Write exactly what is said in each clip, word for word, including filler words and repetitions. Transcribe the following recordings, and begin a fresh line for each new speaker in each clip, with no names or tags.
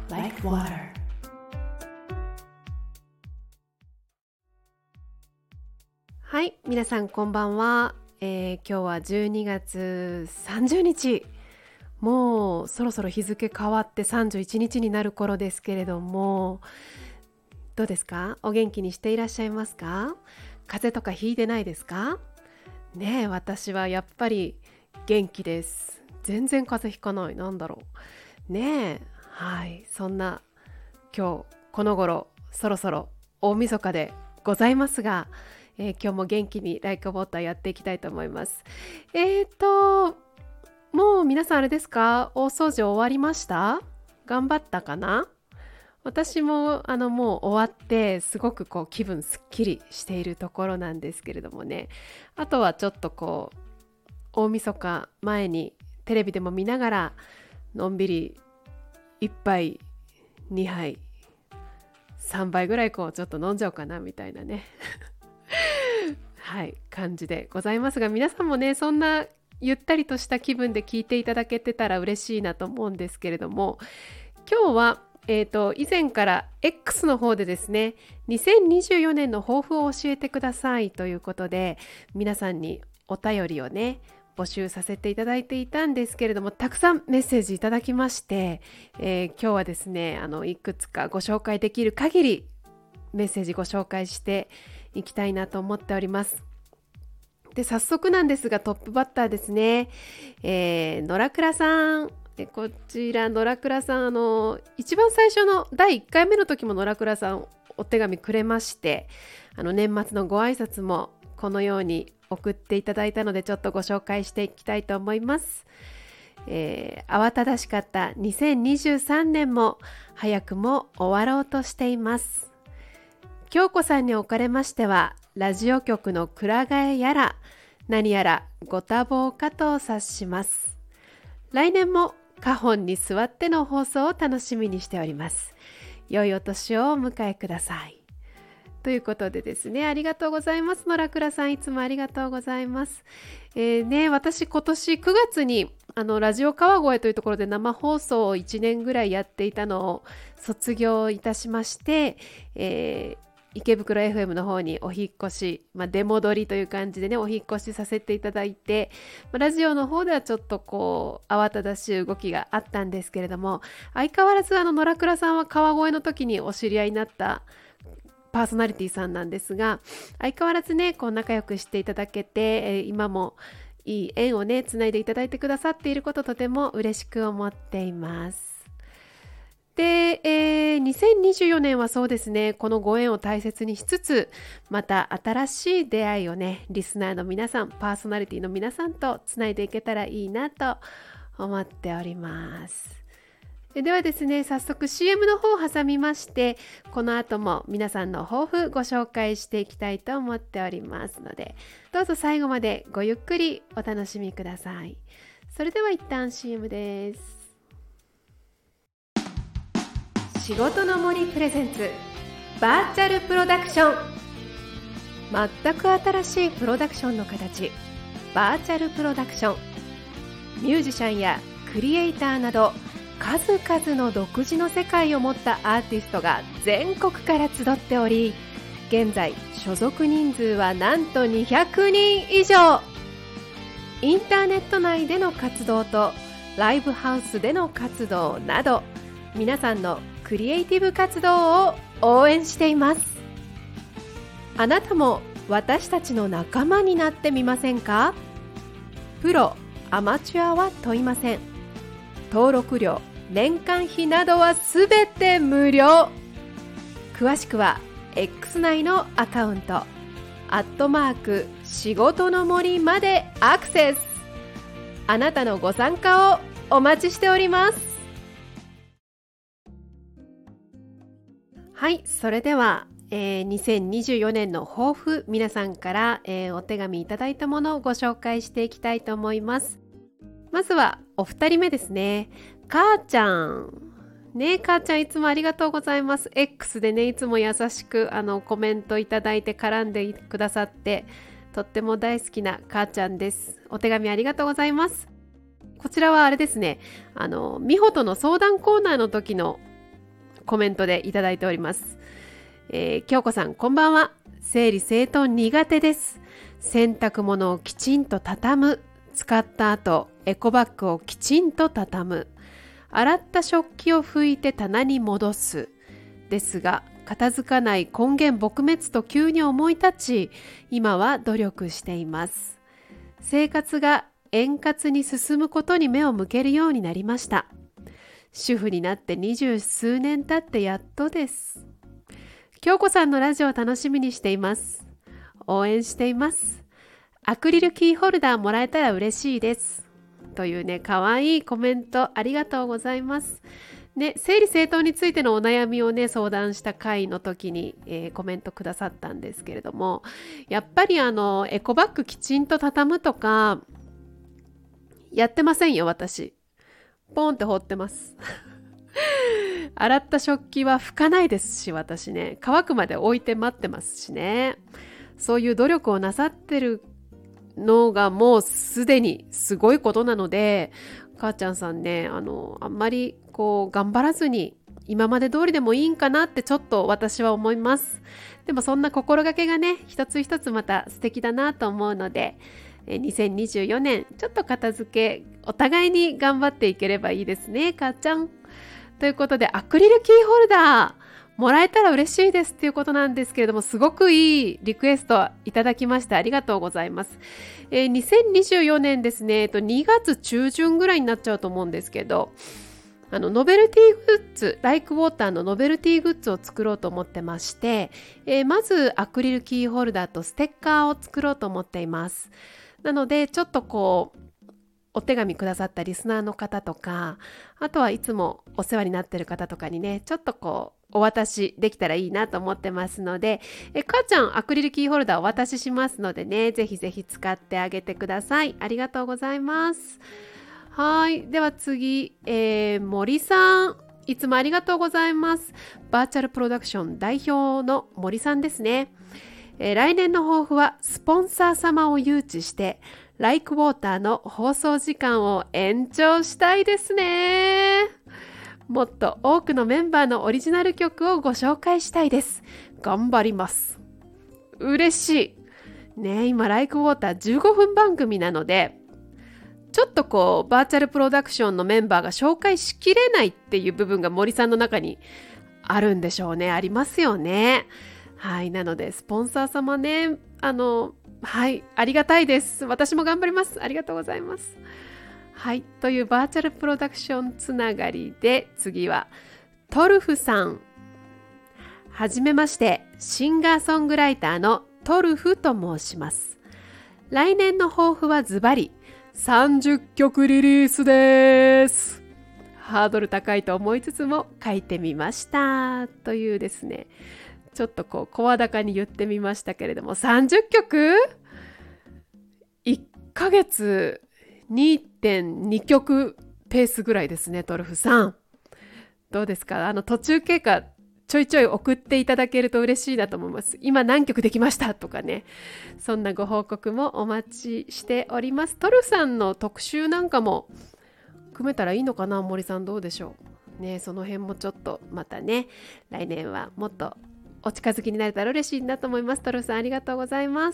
like water. はい、皆さんこんばんは、えー、今日はじゅうにがつさんじゅうにち、もうそろそろ日付変わってさんじゅういちにちになる頃ですけれども、どうですか？お元気にしていらっしゃいますか？風邪とかひいてないですか？ねえ、私はやっぱり元気です。全然風邪ひかない。なんだろうねえ。はい、そんな今日この頃そろそろ大晦日でございますが、えー、今日も元気にライクウォーターやっていきたいと思います。えーともう皆さんあれですか？大掃除終わりました？頑張ったかな？私もあのもう終わってすごくこう気分すっきりしているところなんですけれどもね。あとはちょっとこう大晦日前にテレビでも見ながらのんびりいっぱいにはいさんばいぐらいこうちょっと飲んじゃおうかなみたいなねはい感じでございますが、皆さんもねそんなゆったりとした気分で聞いていただけてたら嬉しいなと思うんですけれども、今日はえーと、以前から X の方でですね、にせんにじゅうよねんの抱負を教えてくださいということで、皆さんにお便りをね募集させていただいていたんですけれども、たくさんメッセージいただきまして、えー、今日はですねあのいくつかご紹介できる限りメッセージご紹介していきたいなと思っております。で、早速なんですがトップバッターですね、えー、野良倉さん。でこちら野良倉さん、あの一番最初のだいいっかいめの時も野良倉さんお手紙くれまして、あの年末のご挨拶もこのように送っていただいたので、ちょっとご紹介していきたいと思います。えー、慌ただしかったにせんにじゅうさんねんも早くも終わろうとしています。京子さんにおかれましては、ラジオ局のくら替えやら何やらご多忙かと察します。来年も花本に座っての放送を楽しみにしております。良いお年をお迎えください。ということでですね、ありがとうございます。野良倉さん、いつもありがとうございます。えーね、私今年くがつにあのラジオ川越というところで生放送をいちねんぐらいやっていたのを卒業いたしまして、えー池袋 エフエム の方にお引越し、まあ、出戻りという感じでねお引越しさせていただいて、まあ、ラジオの方ではちょっとこう慌ただしい動きがあったんですけれども、相変わらずあの野良倉さんは川越の時にお知り合いになったパーソナリティさんなんですが、相変わらずねこう仲良くしていただけて、えー、今もいい縁をねつないでいただいてくださっていること、とても嬉しく思っています。で、えー、にせんにじゅうよねんはそうですね、このご縁を大切にしつつ、また新しい出会いをねリスナーの皆さん、パーソナリティの皆さんとつないでいけたらいいなと思っております。ではですね、早速 シーエム の方を挟みまして、この後も皆さんの抱負ご紹介していきたいと思っておりますので、どうぞ最後までごゆっくりお楽しみください。それでは一旦 シーエム です。仕事の森プレゼンツバーチャルプロダクション。全く新しいプロダクションの形、バーチャルプロダクション。ミュージシャンやクリエイターなど数々の独自の世界を持ったアーティストが全国から集っており、現在所属人数はなんとにひゃくにん以上。インターネット内での活動とライブハウスでの活動など、皆さんのクリエイティブ活動を応援しています。あなたも私たちの仲間になってみませんか？プロ、アマチュアは問いません。登録料、年間費などはすべて無料。詳しくは X 内のアカウントアットマーク仕事の森までアクセス。あなたのご参加をお待ちしております。はい、それでは、えー、にせんにじゅうよねんの抱負、皆さんから、えー、お手紙いただいたものをご紹介していきたいと思います。まずはお二人目ですね。かーちゃんね、かーちゃんいつもありがとうございます。 X でねいつも優しくあのコメントいただいて絡んでくださって、とっても大好きなかーちゃんです。お手紙ありがとうございます。こちらはあれですね、あの美穂との相談コーナーの時のコメントでいただいております。えー、京子さんこんばんは。整理整頓苦手です。洗濯物をきちんと畳む。使った後エコバッグをきちんと畳む。洗った食器を拭いて棚に戻す。ですが片付かない根源撲滅と急に思い立ち、今は努力しています。生活が円滑に進むことに目を向けるようになりました。主婦になって二十数年経ってやっとです。京子さんのラジオを楽しみにしています。応援しています。アクリルキーホルダーもらえたら嬉しいです。というね、かわいいコメントありがとうございます。ね、整理整頓についてのお悩みをね相談した回の時に、えー、コメントくださったんですけれども、やっぱりあのエコバッグきちんと畳むとかやってませんよ。私ポンって放ってます洗った食器は拭かないですし、私ね乾くまで置いて待ってますしね。そういう努力をなさってるのがもうすでにすごいことなので、母ちゃんさんね、あのあんまりこう頑張らずに今まで通りでもいいんかなってちょっと私は思います。でもそんな心がけがね一つ一つまた素敵だなと思うので、にせんにじゅうよねんちょっと片付けお互いに頑張っていければいいですね、母ちゃん。ということでアクリルキーホルダーもらえたら嬉しいですっていうことなんですけれども、すごくいいリクエストいただきましてありがとうございます。えー、にせんにじゅうよねんですね、えっと、にがつ中旬ぐらいになっちゃうと思うんですけど、あのノベルティグッズ、ライクウォーターのノベルティグッズを作ろうと思ってまして、えー、まずアクリルキーホルダーとステッカーを作ろうと思っています。なのでちょっとこうお手紙くださったリスナーの方とか、あとはいつもお世話になっている方とかにね、ちょっとこうお渡しできたらいいなと思ってますので、え母ちゃんアクリルキーホルダーお渡ししますのでね、ぜひぜひ使ってあげてください。ありがとうございます。はい、では次、えー、森さん、いつもありがとうございます。バーチャルプロダクション代表の森さんですね。えー、来年の抱負はスポンサー様を誘致してライクウォーターの放送時間を延長したいですね。もっと多くのメンバーのオリジナル曲をご紹介したいです。頑張ります。嬉しい。ね、今ライクウォーターじゅうごふん番組なので、ちょっとこうバーチャルプロダクションのメンバーが紹介しきれないっていう部分が森さんの中にあるんでしょうね。ありますよね。はい、なのでスポンサー様ね、あのはい、ありがたいです。私も頑張ります。ありがとうございます。はい、というバーチャルプロダクションつながりで、次はトルフさん。はじめまして、シンガーソングライターのトルフと申します。来年の抱負はズバリさんじゅっきょくリリースです。ハードル高いと思いつつも書いてみましたというですね、ちょっとこう声高に言ってみましたけれども、さんじゅっきょく ?いっ ヶ月 にてんに 曲ペースぐらいですね。トルフさんどうですか？あの途中経過ちょいちょい送っていただけると嬉しいなと思います。今何曲できましたとかね、そんなご報告もお待ちしております。トルフさんの特集なんかも組めたらいいのかな。森さんどうでしょうね。その辺もちょっとまたね、来年はもっとお近づきになれたら嬉しいなと思います。トルフさんありがとうございます。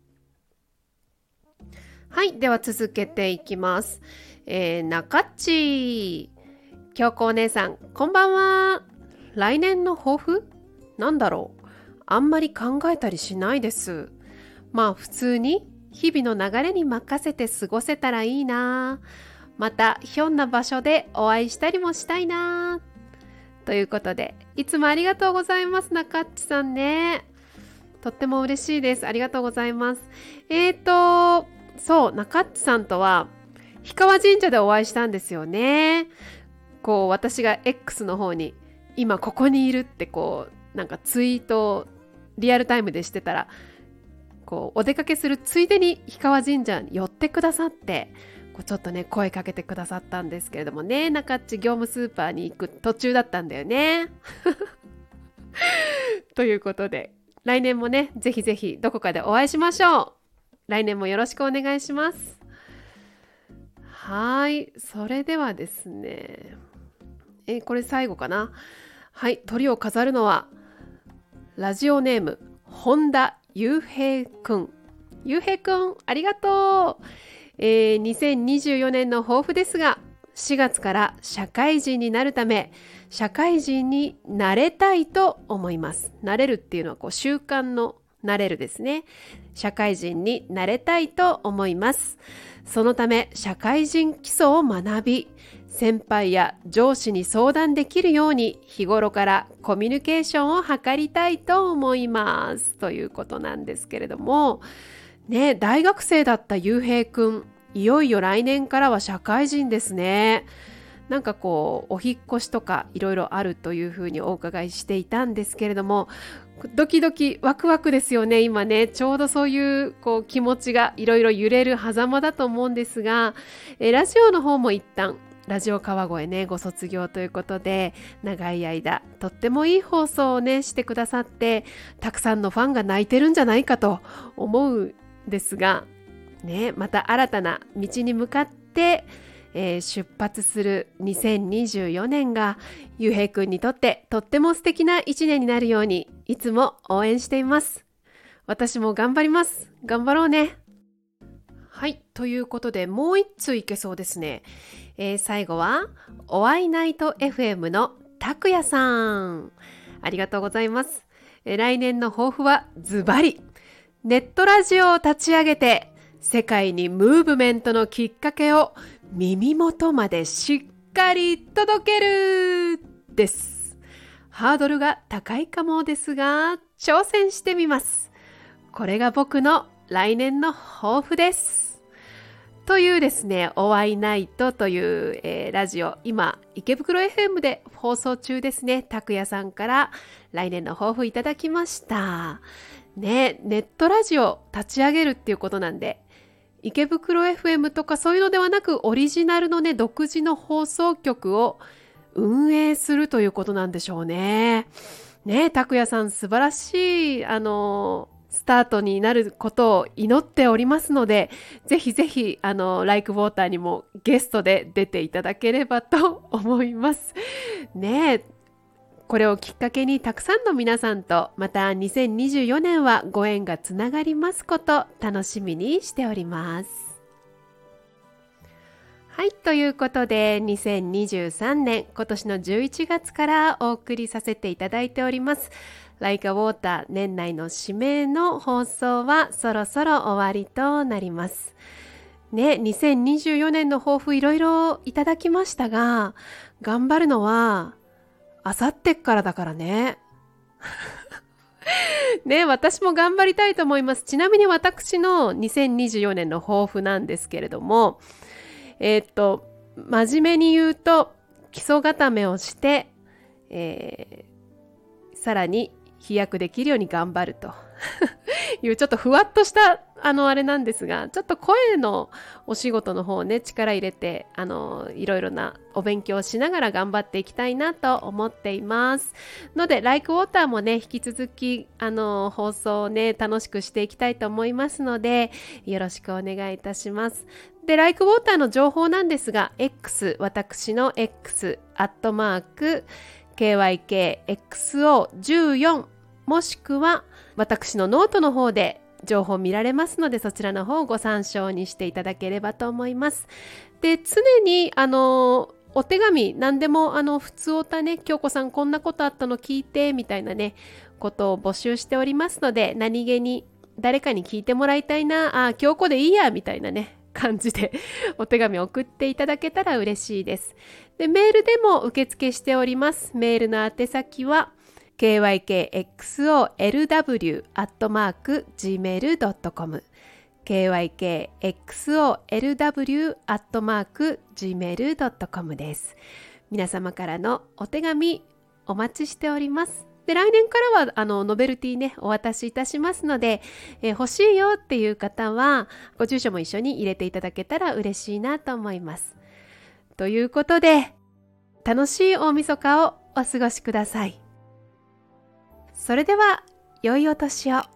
はい、では続けていきます。えー、中っち京子お姉さんこんばんは。来年の抱負なんだろう。あんまり考えたりしないです。まあ普通に日々の流れに任せて過ごせたらいいな。またひょんな場所でお会いしたりもしたいなということで、いつもありがとうございます。中っちさんね、とっても嬉しいです。ありがとうございます。えーとそう、中っちさんとは氷川神社でお会いしたんですよね。こう私が X の方に今ここにいるってこうなんかツイートをリアルタイムでしてたら、こうお出かけするついでに氷川神社に寄ってくださって、こうちょっとね声かけてくださったんですけれどもね、中っち業務スーパーに行く途中だったんだよねということで、来年もねぜひぜひどこかでお会いしましょう。来年もよろしくお願いします。はい、それではですね、えこれ最後かな。 はい、鳥を飾るのはラジオネーム本田雄平くん。雄平くん、ありがとう。えー、にせんにじゅうよねんの抱負ですが、しがつから社会人になるため、社会人になれたいと思います。なれるっていうのはこう習慣のなれるですね。社会人になれたいと思います。そのため社会人基礎を学び、先輩や上司に相談できるように日頃からコミュニケーションを図りたいと思いますということなんですけれどもね、大学生だったゆうへいくん、いよいよ来年からは社会人ですね。なんかこうお引っ越しとかいろいろあるというふうにお伺いしていたんですけれども、ドキドキワクワクですよね。今ね、ちょうどそういうこう気持ちがいろいろ揺れる狭間だと思うんですが、えラジオの方も一旦ラジオ川越ねご卒業ということで、長い間とってもいい放送をねしてくださって、たくさんのファンが泣いてるんじゃないかと思うんですがね、また新たな道に向かって、えー、出発するにせんにじゅうよねんがゆうへいくんにとってとっても素敵ないちねんになるようにいつも応援しています。私も頑張ります。頑張ろうね。はい、ということでもう一通いけそうですね。えー、最後はおあいナイト エフエム のたくやさん、ありがとうございます。えー、来年の抱負はズバリネットラジオを立ち上げて世界にムーブメントのきっかけを耳元までしっかり届けるです。ハードルが高いかもですが挑戦してみます。これが僕の来年の抱負ですというですね、お会いナイトという、えー、ラジオ、今池袋 エフエム で放送中ですね。たくやさんから来年の抱負いただきましたね。ネットラジオ立ち上げるっていうことなんで、池袋 エフエム とかそういうのではなくオリジナルのね独自の放送局を運営するということなんでしょうね。ね、たくやさん素晴らしいあのスタートになることを祈っておりますので、ぜひぜひあのライクウォーターにもゲストで出ていただければと思いますね。これをきっかけにたくさんの皆さんとまたにせんにじゅうよねんはご縁がつながりますこと楽しみにしております。はい、ということでにせんにじゅうさんねん今年のじゅういちがつからお送りさせていただいておりますLike a Water 年内の締めの放送はそろそろ終わりとなりますね。にせんにじゅうよねんの抱負いろいろいただきましたが、頑張るのはあさってからだからねね、私も頑張りたいと思います。ちなみに私のにせんにじゅうよねんの抱負なんですけれども、えー、っと真面目に言うと基礎固めをして、えー、さらに飛躍できるように頑張るというちょっとふわっとしたあのあれなんですが、ちょっと声のお仕事の方をね力入れてあのいろいろなお勉強をしながら頑張っていきたいなと思っていますので、ライクウォーターもね引き続きあの放送をね楽しくしていきたいと思いますのでよろしくお願いいたします。で、ライクウォーターの情報なんですが X、 私の X アットマーク ケーワイケーエックスオーじゅうよん もしくは私のノートの方で情報見られますので、そちらの方をご参照にしていただければと思います。で、常にあのお手紙何でもあの普通おたね、京子さんこんなことあったの聞いてみたいなねことを募集しておりますので、何気に誰かに聞いてもらいたいな、あ、京子でいいやみたいなね感じでお手紙を送っていただけたら嬉しいです。で、メールでも受付しております。メールの宛先はケーワイケーエックスオーエルダブリュー アットマーク ジーメール ドットコム ケーワイケーエックスオーエルダブリュー アットマーク ジーメール ドットコム です。皆様からのお手紙お待ちしております。で、来年からはあのノベルティねお渡しいたしますので、えー、欲しいよっていう方はご住所も一緒に入れていただけたら嬉しいなと思います。ということで楽しい大晦日をお過ごしください。それでは良いお年を。